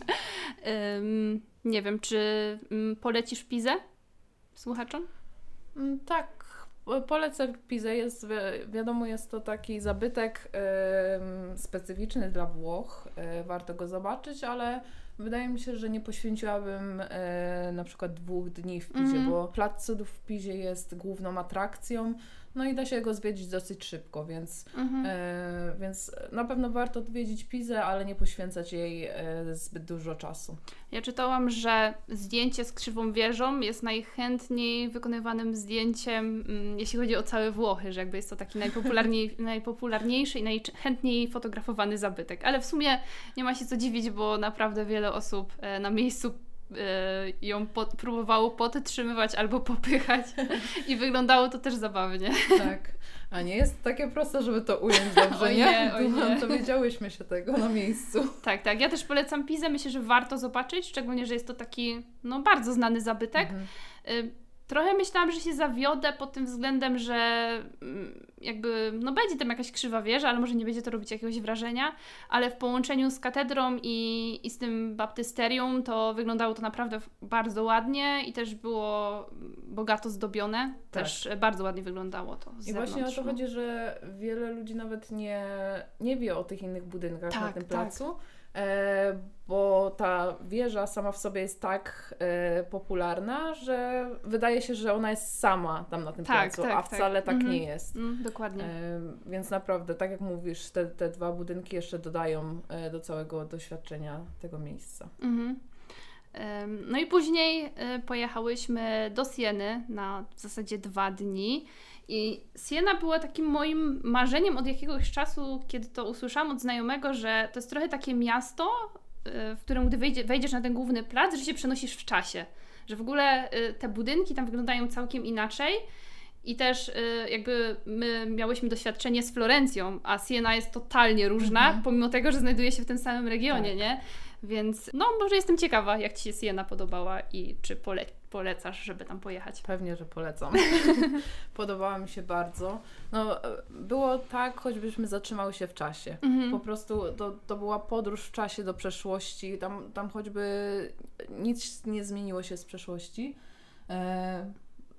um, nie wiem, czy um, polecisz Pizę słuchaczom? Mm, tak. Polecę Pizę, jest, wi- wiadomo, jest to taki zabytek y, specyficzny dla Włoch, y, warto go zobaczyć, ale wydaje mi się, że nie poświęciłabym y, na przykład dwóch dni w Pizie, mm. bo Plac Cudów w Pizie jest główną atrakcją, no i da się go zwiedzić dosyć szybko, więc, mm-hmm. y, więc na pewno warto odwiedzić Pizę, ale nie poświęcać jej y, zbyt dużo czasu. Ja czytałam, że zdjęcie z Krzywą Wieżą jest najchętniej wykonywanym zdjęciem, mm, jeśli chodzi o całe Włochy, że jakby jest to taki najpopularniej, najpopularniejszy i najchętniej fotografowany zabytek. Ale w sumie nie ma się co dziwić, bo naprawdę wiele osób e, na miejscu e, ją pod, próbowało podtrzymywać albo popychać i wyglądało to też zabawnie. Tak. A nie jest takie proste, żeby to ująć dobrze, oj nie? nie? Oj nie. To wiedziałyśmy się tego na miejscu. Tak, tak. Ja też polecam Pizę. Myślę, że warto zobaczyć, szczególnie, że jest to taki no bardzo znany zabytek. Mhm. Y- Trochę myślałam, że się zawiodę pod tym względem, że mm, jakby, no będzie tam jakaś krzywa wieża, ale może nie będzie to robić jakiegoś wrażenia, ale w połączeniu z katedrą i, i z tym baptysterium to wyglądało to naprawdę bardzo ładnie i też było bogato zdobione. Tak. Też bardzo ładnie wyglądało to z I zewnątrz. właśnie o to chodzi, że wiele ludzi nawet nie, nie wie o tych innych budynkach tak, na tym placu. Tak. E, bo ta wieża sama w sobie jest tak e, popularna, że wydaje się, że ona jest sama tam na tym tak, placu, tak, a wcale tak, tak nie jest. Mm, dokładnie. E, więc naprawdę, tak jak mówisz, te, te dwa budynki jeszcze dodają e, do całego doświadczenia tego miejsca. Mhm. No i później pojechałyśmy do Sieny na w zasadzie dwa dni i Siena była takim moim marzeniem od jakiegoś czasu, kiedy to usłyszałam od znajomego, że to jest trochę takie miasto, w którym gdy wejdzie, wejdziesz na ten główny plac, że się przenosisz w czasie, że w ogóle te budynki tam wyglądają całkiem inaczej I też y, jakby my miałyśmy doświadczenie z Florencją, a Siena jest totalnie różna, mhm. pomimo tego, że znajduje się w tym samym regionie, tak. nie? Więc no może jestem ciekawa, jak Ci się Siena podobała i czy pole- polecasz, żeby tam pojechać. Pewnie, że polecam. Podobała mi się bardzo. No było tak, choćbyśmy zatrzymały się w czasie. Mhm. Po prostu to, to była podróż w czasie do przeszłości. Tam, tam choćby nic nie zmieniło się z przeszłości. E...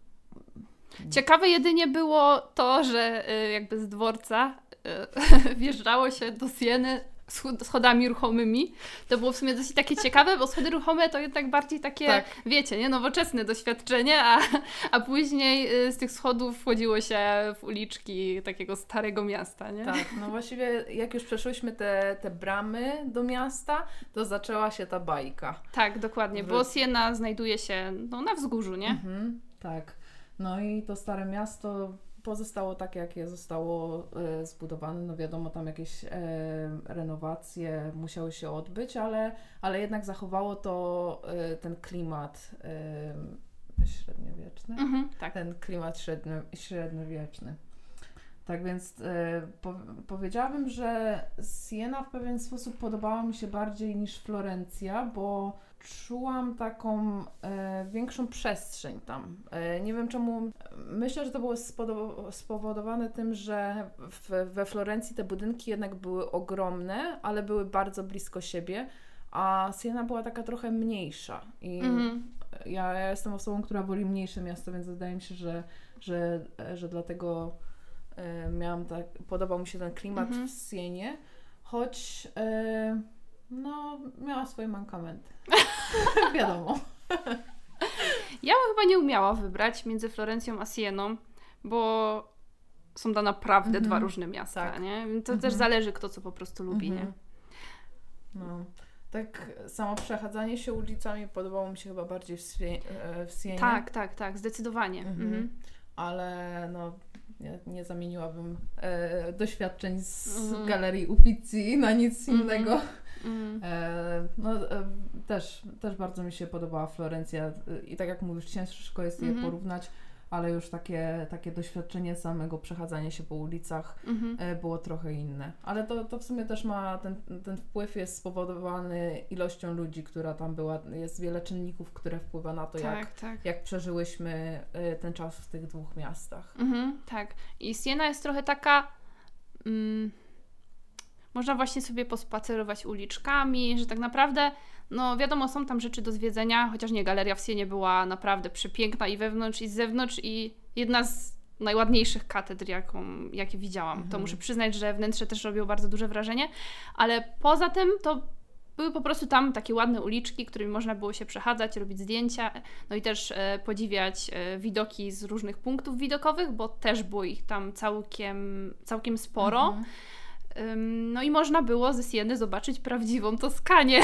Ciekawe jedynie było to, że y, jakby z dworca y, wjeżdżało się do Sieny schodami ruchomymi. To było w sumie dosyć takie ciekawe, bo schody ruchome to jednak bardziej takie, tak. wiecie, nie, nowoczesne doświadczenie, a, a później z tych schodów wchodziło się w uliczki takiego starego miasta, nie? Tak, no właściwie jak już przeszłyśmy te, te bramy do miasta, to zaczęła się ta bajka. Tak, dokładnie, bo Siena znajduje się no, na wzgórzu, nie? Mhm, tak. No i to stare miasto pozostało tak, jakie zostało e, zbudowane. No wiadomo, tam jakieś e, renowacje musiały się odbyć, ale, ale jednak zachowało to e, ten klimat e, średniowieczny. Mhm, tak. Ten klimat średnio, średniowieczny. Tak więc e, po, powiedziałabym, że Siena w pewien sposób podobała mi się bardziej niż Florencja, bo czułam taką e, większą przestrzeń tam. E, nie wiem czemu, myślę, że to było spodo- spowodowane tym, że w, we Florencji te budynki jednak były ogromne, ale były bardzo blisko siebie, a Siena była taka trochę mniejsza. I mm-hmm. ja, ja jestem osobą, która woli mniejsze miasto, więc wydaje mi się, że, że, że dlatego e, miałam tak, podobał mi się ten klimat mm-hmm. w Sienie, choć e, no, miała swoje mankamenty. Wiadomo. Ja bym chyba nie umiała wybrać między Florencją a Sieną, bo są to naprawdę mm-hmm. dwa różne miasta, tak. nie? To mm-hmm. też zależy, kto co po prostu lubi, mm-hmm. nie? No. Tak samo przechadzanie się ulicami podobało mi się chyba bardziej w, Swie- w Sienie. Tak, tak, tak, zdecydowanie. Mm-hmm. Mm-hmm. Ale no nie, nie zamieniłabym e, doświadczeń z mm. Galerii Uffizi na nic mm-hmm. innego. Mm. E, no e, też, też bardzo mi się podobała Florencja i tak jak mówisz, ciężko jest je mm-hmm. porównać, ale już takie, takie doświadczenie samego przechadzania się po ulicach mm-hmm. e, było trochę inne. Ale to, to w sumie też ma, ten, ten wpływ jest spowodowany ilością ludzi, która tam była. Jest wiele czynników, które wpływa na to, tak, jak, tak. jak przeżyłyśmy e, ten czas w tych dwóch miastach. Mm-hmm, tak. I Siena jest trochę taka... Mm, można właśnie sobie pospacerować uliczkami, że tak naprawdę, no wiadomo, są tam rzeczy do zwiedzenia, chociaż nie, galeria w Sienie była naprawdę przepiękna i wewnątrz, i z zewnątrz, i jedna z najładniejszych katedr, jaką, jakie widziałam. Mhm. To muszę przyznać, że wnętrze też robiło bardzo duże wrażenie, ale poza tym to były po prostu tam takie ładne uliczki, którymi można było się przechadzać, robić zdjęcia, no i też e, podziwiać e, widoki z różnych punktów widokowych, bo też było ich tam całkiem, całkiem sporo. Mhm. No i można było ze Sieny zobaczyć prawdziwą Toskanię.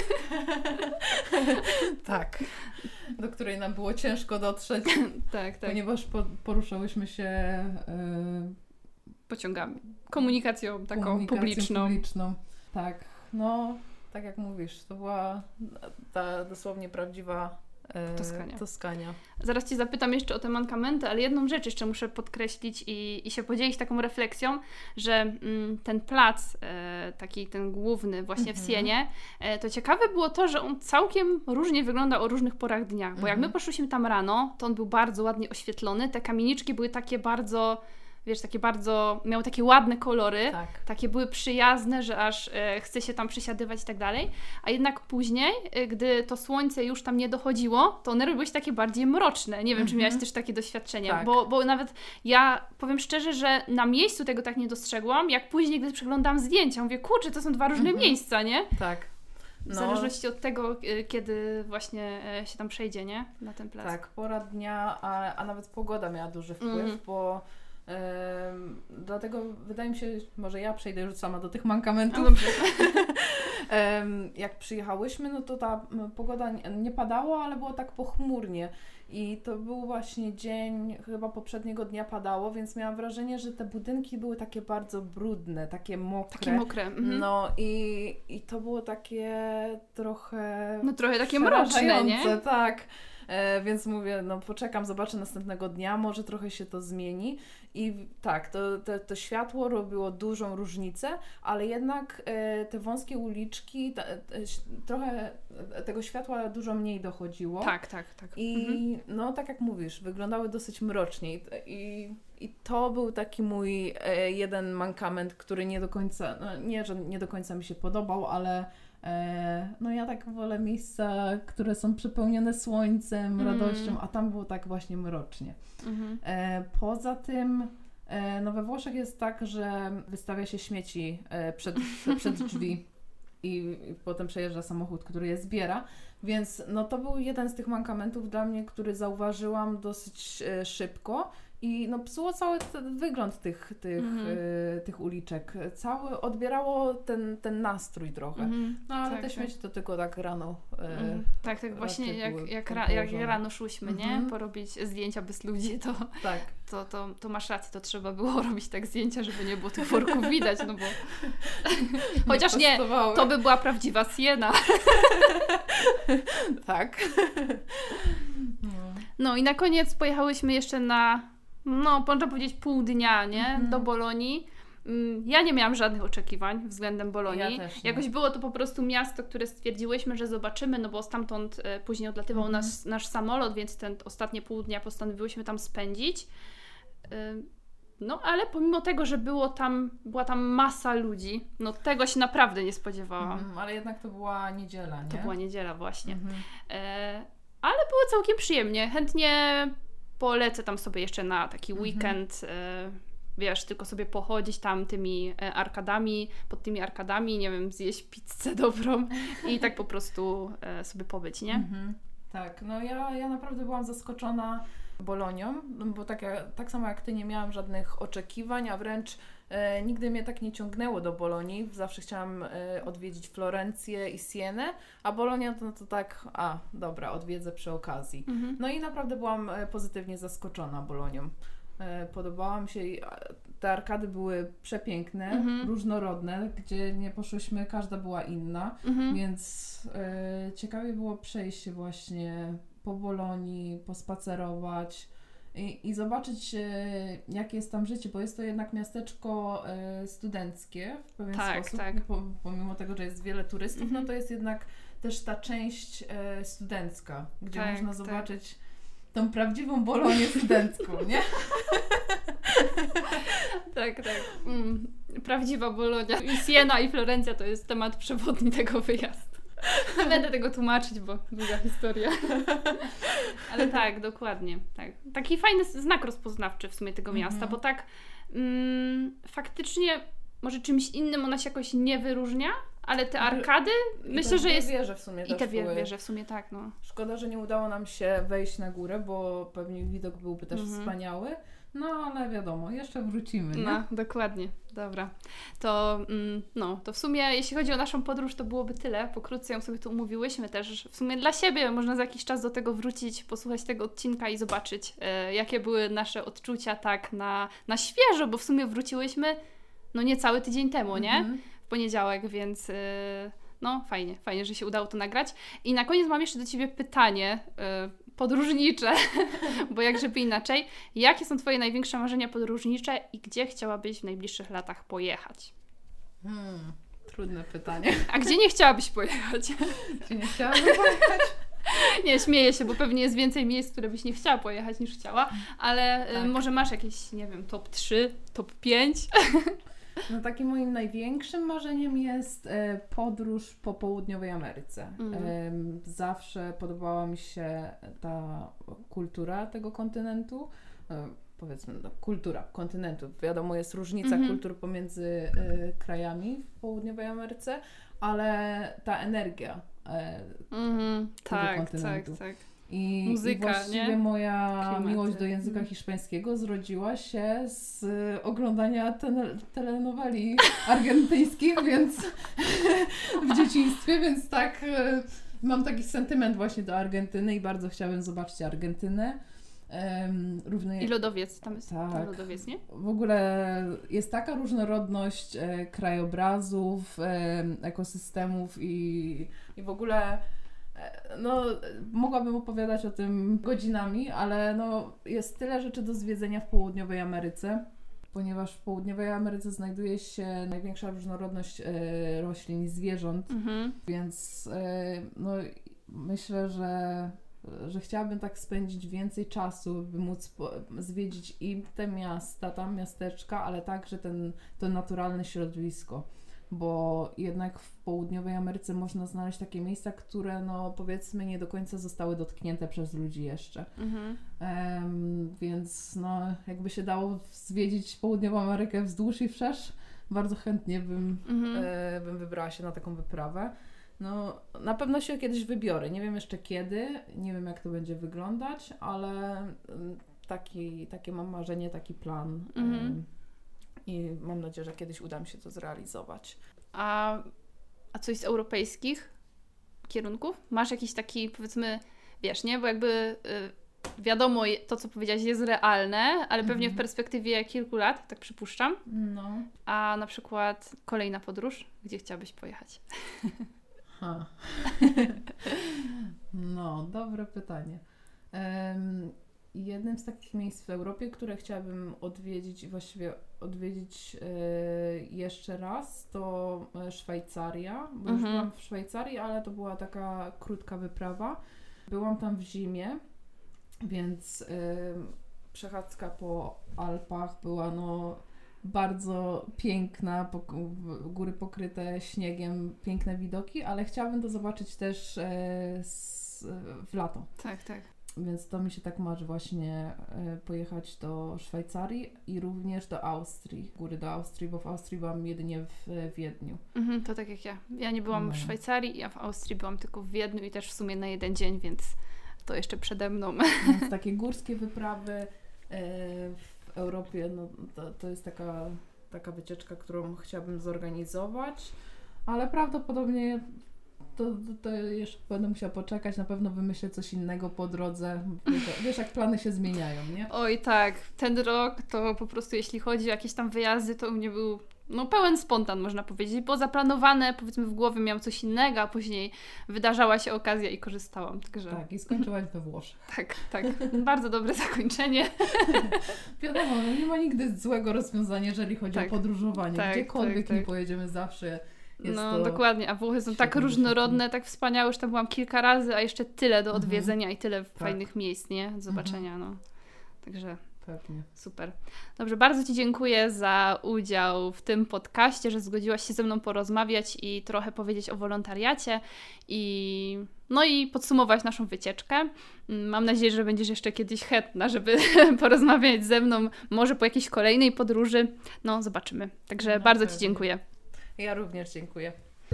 Tak. Do której nam było ciężko dotrzeć. tak, tak. Ponieważ po, poruszałyśmy się yy, pociągami. Komunikacją taką komunikacją publiczną. publiczną. Tak. No, tak jak mówisz, to była ta dosłownie prawdziwa Toskania. Toskania. Zaraz Cię zapytam jeszcze o te mankamenty, ale jedną rzecz jeszcze muszę podkreślić i, i się podzielić taką refleksją, że mm, ten plac, e, taki ten główny właśnie mm-hmm. w Sienie, e, to ciekawe było to, że on całkiem różnie wygląda o różnych porach dnia, bo mm-hmm. jak my poszłyśmy tam rano, to on był bardzo ładnie oświetlony, te kamieniczki były takie bardzo... wiesz, takie bardzo, miały takie ładne kolory, tak. takie były przyjazne, że aż e, chce się tam przysiadywać i tak dalej, a jednak później, e, gdy to słońce już tam nie dochodziło, to one robiły się takie bardziej mroczne. Nie wiem, mm-hmm. czy miałaś też takie doświadczenie, tak. bo, bo nawet ja powiem szczerze, że na miejscu tego tak nie dostrzegłam, jak później, gdy przeglądałam zdjęcia, mówię, kurczę, to są dwa różne mm-hmm. miejsca, nie? Tak. W no. zależności od tego, kiedy właśnie się tam przejdzie, nie? Na ten plac. Tak, pora dnia, a, a nawet pogoda miała duży wpływ, mm. bo Um, dlatego wydaje mi się, może ja przejdę już sama do tych mankamentów. um, jak przyjechałyśmy, no to ta pogoda nie, nie padała, ale było tak pochmurnie i to był właśnie dzień, chyba poprzedniego dnia padało, więc miałam wrażenie, że te budynki były takie bardzo brudne, takie mokre. Takie mokre. Mhm. No i, i to było takie trochę No trochę takie mroczne, nie? Tak. e, więc mówię, no poczekam, zobaczę następnego dnia, może trochę się to zmieni. I tak, to, to, to światło robiło dużą różnicę, ale jednak e, te wąskie uliczki, ta, te, trochę tego światła dużo mniej dochodziło. Tak, tak, tak. I mhm. no tak jak mówisz, wyglądały dosyć mrocznie. I, i to był taki mój e, jeden mankament, który nie do końca, no nie, że nie do końca mi się podobał, ale e, no ja tak wolę miejsca, które są przepełnione słońcem, Mm. radością, a tam było tak właśnie mrocznie. Mhm. E, poza tym, e, no we Włoszech jest tak, że wystawia się śmieci e, przed, przed drzwi i, i potem przejeżdża samochód, który je zbiera, więc no to był jeden z tych mankamentów dla mnie, który zauważyłam dosyć e, szybko i no psuło cały ten wygląd tych, tych, Mhm. e, tych uliczek. Cały odbierało ten, ten nastrój trochę. Mhm. No ale Tak, te tak. śmieci to tylko tak rano. E, Mhm. Tak, tak właśnie raczej jak, były jak, tam ra, jak położone. rano szłyśmy, nie? Mhm. Porobić zdjęcia bez ludzi, to, Tak. to, to, to masz rację, to trzeba było robić tak zdjęcia, żeby nie było tych worków widać, no bo chociaż nie, pasowały. to by była prawdziwa Siena. Tak. No i na koniec pojechałyśmy jeszcze na, no można powiedzieć pół dnia, nie? Mhm. Do Bolonii. Mm, Ja nie miałam żadnych oczekiwań względem Bolonii. Ja też nie. Jakoś było to po prostu miasto, które stwierdziłyśmy, że zobaczymy, no bo stamtąd e, później odlatywał Mhm. nas, nasz samolot, więc ten ostatnie pół dnia postanowiłyśmy tam spędzić. Y, No ale pomimo tego, że było tam, była tam masa ludzi, no tego się naprawdę nie spodziewałam. Mhm, ale jednak to była niedziela, nie? To była niedziela właśnie. Mhm. E, ale było całkiem przyjemnie. Chętnie polecę tam sobie jeszcze na taki Mhm. weekend, e, wiesz, tylko sobie pochodzić tam tymi e, arkadami, pod tymi arkadami, nie wiem, zjeść pizzę dobrą i tak po prostu e, sobie pobyć, nie? Mhm. Tak, no ja, ja naprawdę byłam zaskoczona Bolonią, no bo tak, ja- tak samo jak Ty nie miałam żadnych oczekiwań, a wręcz e, nigdy mnie tak nie ciągnęło do Bolonii. Zawsze chciałam e, odwiedzić Florencję i Sienę, a Bolonia to, no to tak, a dobra, odwiedzę przy okazji. Mhm. No i naprawdę byłam e, pozytywnie zaskoczona Bolonią. E, Podobała mi się, i, a, te arkady były przepiękne, Mhm. różnorodne, gdzie nie poszłyśmy, każda była inna, Mhm. więc e, ciekawie było przejść się właśnie po Bolonii, pospacerować i, i zobaczyć, e, jakie jest tam życie, bo jest to jednak miasteczko e, studenckie w pewien Tak, sposób, tak. po, pomimo tego, że jest wiele turystów, Mhm. no to jest jednak też ta część e, studencka, gdzie Tak, można tak. zobaczyć tą prawdziwą Bolonię studencką, nie? Tak, tak. Mm, prawdziwa Bolonia. I Siena i Florencja to jest temat przewodni tego wyjazdu. Nie będę tego tłumaczyć, bo długa historia. Ale tak, dokładnie. Tak. Taki fajny znak rozpoznawczy w sumie tego Mhm. miasta, bo tak mm, faktycznie może czymś innym ona się jakoś nie wyróżnia, ale te arkady myślę, I te że jest... wieże w sumie I też te wie- były. wieże w sumie tak, no. Szkoda, że nie udało nam się wejść na górę, bo pewnie widok byłby też Mhm. wspaniały. No ale wiadomo, jeszcze wrócimy, nie? No, dokładnie. Dobra. To, mm, no, to w sumie, jeśli chodzi o naszą podróż, to byłoby tyle. Pokrótce ją sobie tu umówiłyśmy też. W sumie dla siebie można za jakiś czas do tego wrócić, posłuchać tego odcinka i zobaczyć, e, jakie były nasze odczucia tak na, na świeżo, bo w sumie wróciłyśmy no niecały tydzień temu, nie? Mhm. W poniedziałek, więc... E, no, fajnie, fajnie, że się udało to nagrać. I na koniec mam jeszcze do Ciebie pytanie e, podróżnicze, bo jak żeby inaczej. Jakie są Twoje największe marzenia podróżnicze i gdzie chciałabyś w najbliższych latach pojechać? Hmm, trudne pytanie. A gdzie nie chciałabyś pojechać? Czy nie chciałabym pojechać? Nie, śmieję się, bo pewnie jest więcej miejsc, które byś nie chciała pojechać niż chciała, ale e, Tak. może masz jakieś, nie wiem, top trzy, top pięć? No takim moim największym marzeniem jest e, podróż po południowej Ameryce. Mhm. Em, zawsze podobała mi się ta kultura tego kontynentu. E, powiedzmy, no, kultura kontynentu. Wiadomo, jest różnica Mhm. kultur pomiędzy e, krajami w południowej Ameryce, ale ta energia e, Mhm, tak, tak, kontynentu. tak. I, Muzyka, i właściwie nie? moja Klimaty. miłość do języka Mhm. hiszpańskiego zrodziła się z y, oglądania ten, telenoweli argentyńskich, więc w dzieciństwie, więc tak y, mam taki sentyment właśnie do Argentyny i bardzo chciałabym zobaczyć Argentynę. Um, równy, I lodowiec, tam jest Tak. tam lodowiec, nie? w ogóle jest taka różnorodność e, krajobrazów, e, ekosystemów i, i w ogóle e, no mogłabym opowiadać o tym godzinami, ale no jest tyle rzeczy do zwiedzenia w Południowej Ameryce, ponieważ w Południowej Ameryce znajduje się największa różnorodność e, roślin i zwierząt, Mhm. więc e, no myślę, że że chciałabym tak spędzić więcej czasu, by móc po, zwiedzić i te miasta, tam miasteczka, ale także ten, to naturalne środowisko, bo jednak w Południowej Ameryce można znaleźć takie miejsca, które no powiedzmy nie do końca zostały dotknięte przez ludzi jeszcze. Mhm. Um, więc no jakby się dało zwiedzić Południową Amerykę wzdłuż i wszerz, bardzo chętnie bym, Mhm. e, bym wybrała się na taką wyprawę. No, na pewno się kiedyś wybiorę. Nie wiem jeszcze kiedy, nie wiem jak to będzie wyglądać, ale taki, takie mam marzenie, taki plan. Mhm. Ym, I mam nadzieję, że kiedyś uda mi się to zrealizować. A, a coś z europejskich kierunków? Masz jakiś taki, powiedzmy, wiesz, nie? Bo jakby y, wiadomo, to co powiedziałaś jest realne, ale pewnie Mhm. w perspektywie kilku lat, tak przypuszczam. No. A na przykład kolejna podróż, gdzie chciałabyś pojechać? Ha. No, dobre pytanie. Um, jednym z takich miejsc w Europie, które chciałabym odwiedzić i właściwie odwiedzić e, jeszcze raz, to Szwajcaria, bo już Mhm. byłam w Szwajcarii, ale to była taka krótka wyprawa. Byłam tam w zimie, więc e, przechadzka po Alpach była no bardzo piękna, pok- góry pokryte śniegiem, piękne widoki, ale chciałabym to zobaczyć też e, s, w lato. Tak, tak. Więc to mi się tak marzy właśnie e, pojechać do Szwajcarii i również do Austrii, góry do Austrii, bo w Austrii byłam jedynie w e, Wiedniu. Mhm, to tak jak ja. Ja nie byłam No. w Szwajcarii, ja w Austrii byłam tylko w Wiedniu i też w sumie na jeden dzień, więc to jeszcze przede mną. Więc takie górskie wyprawy e, w Europie, no to, to jest taka, taka wycieczka, którą chciałabym zorganizować, ale prawdopodobnie to, to, to jeszcze będę musiała poczekać, na pewno wymyślę coś innego po drodze. Wiesz, wiesz jak plany się zmieniają, nie? Oj tak, ten rok to po prostu jeśli chodzi o jakieś tam wyjazdy, to u mnie był no pełen spontan, można powiedzieć, bo zaplanowane, powiedzmy w głowie miałam coś innego, a później wydarzała się okazja i korzystałam, także... Tak, i skończyłaś we Włoszech. Tak, tak. Bardzo dobre zakończenie. Wiadomo, no nie ma nigdy złego rozwiązania, jeżeli chodzi Tak. o podróżowanie. Tak, Gdziekolwiek tak, tak. nie pojedziemy, zawsze jest No to... dokładnie, a Włochy są tak świetne różnorodne, tak wspaniałe, już tam byłam kilka razy, a jeszcze tyle do Mhm. odwiedzenia i tyle Tak. fajnych miejsc, nie? Do zobaczenia, no. Także Pewnie. super. Dobrze, bardzo Ci dziękuję za udział w tym podcaście, że zgodziłaś się ze mną porozmawiać i trochę powiedzieć o wolontariacie i no i podsumować naszą wycieczkę. Mam nadzieję, że będziesz jeszcze kiedyś chętna, żeby porozmawiać ze mną, może po jakiejś kolejnej podróży. No, zobaczymy. Także No, bardzo Ci pewnie. dziękuję. Ja również dziękuję.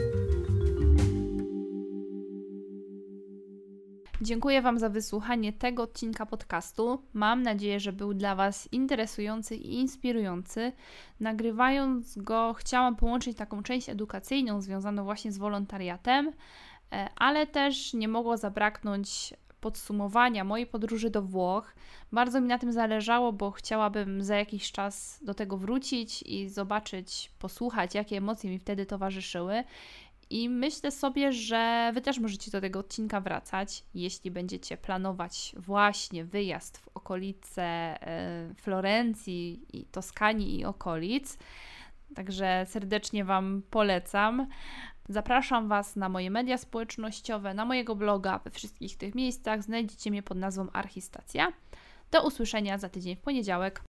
Dziękuję Wam za wysłuchanie tego odcinka podcastu. Mam nadzieję, że był dla Was interesujący i inspirujący. Nagrywając go, chciałam połączyć taką część edukacyjną związaną właśnie z wolontariatem, ale też nie mogło zabraknąć podsumowania mojej podróży do Włoch. Bardzo mi na tym zależało, bo chciałabym za jakiś czas do tego wrócić i zobaczyć, posłuchać, jakie emocje mi wtedy towarzyszyły. I myślę sobie, że Wy też możecie do tego odcinka wracać, jeśli będziecie planować właśnie wyjazd w okolice e, Florencji i Toskanii i okolic. Także serdecznie Wam polecam. Zapraszam Was na moje media społecznościowe, na mojego bloga, we wszystkich tych miejscach. Znajdziecie mnie pod nazwą Archistacja. Do usłyszenia za tydzień w poniedziałek.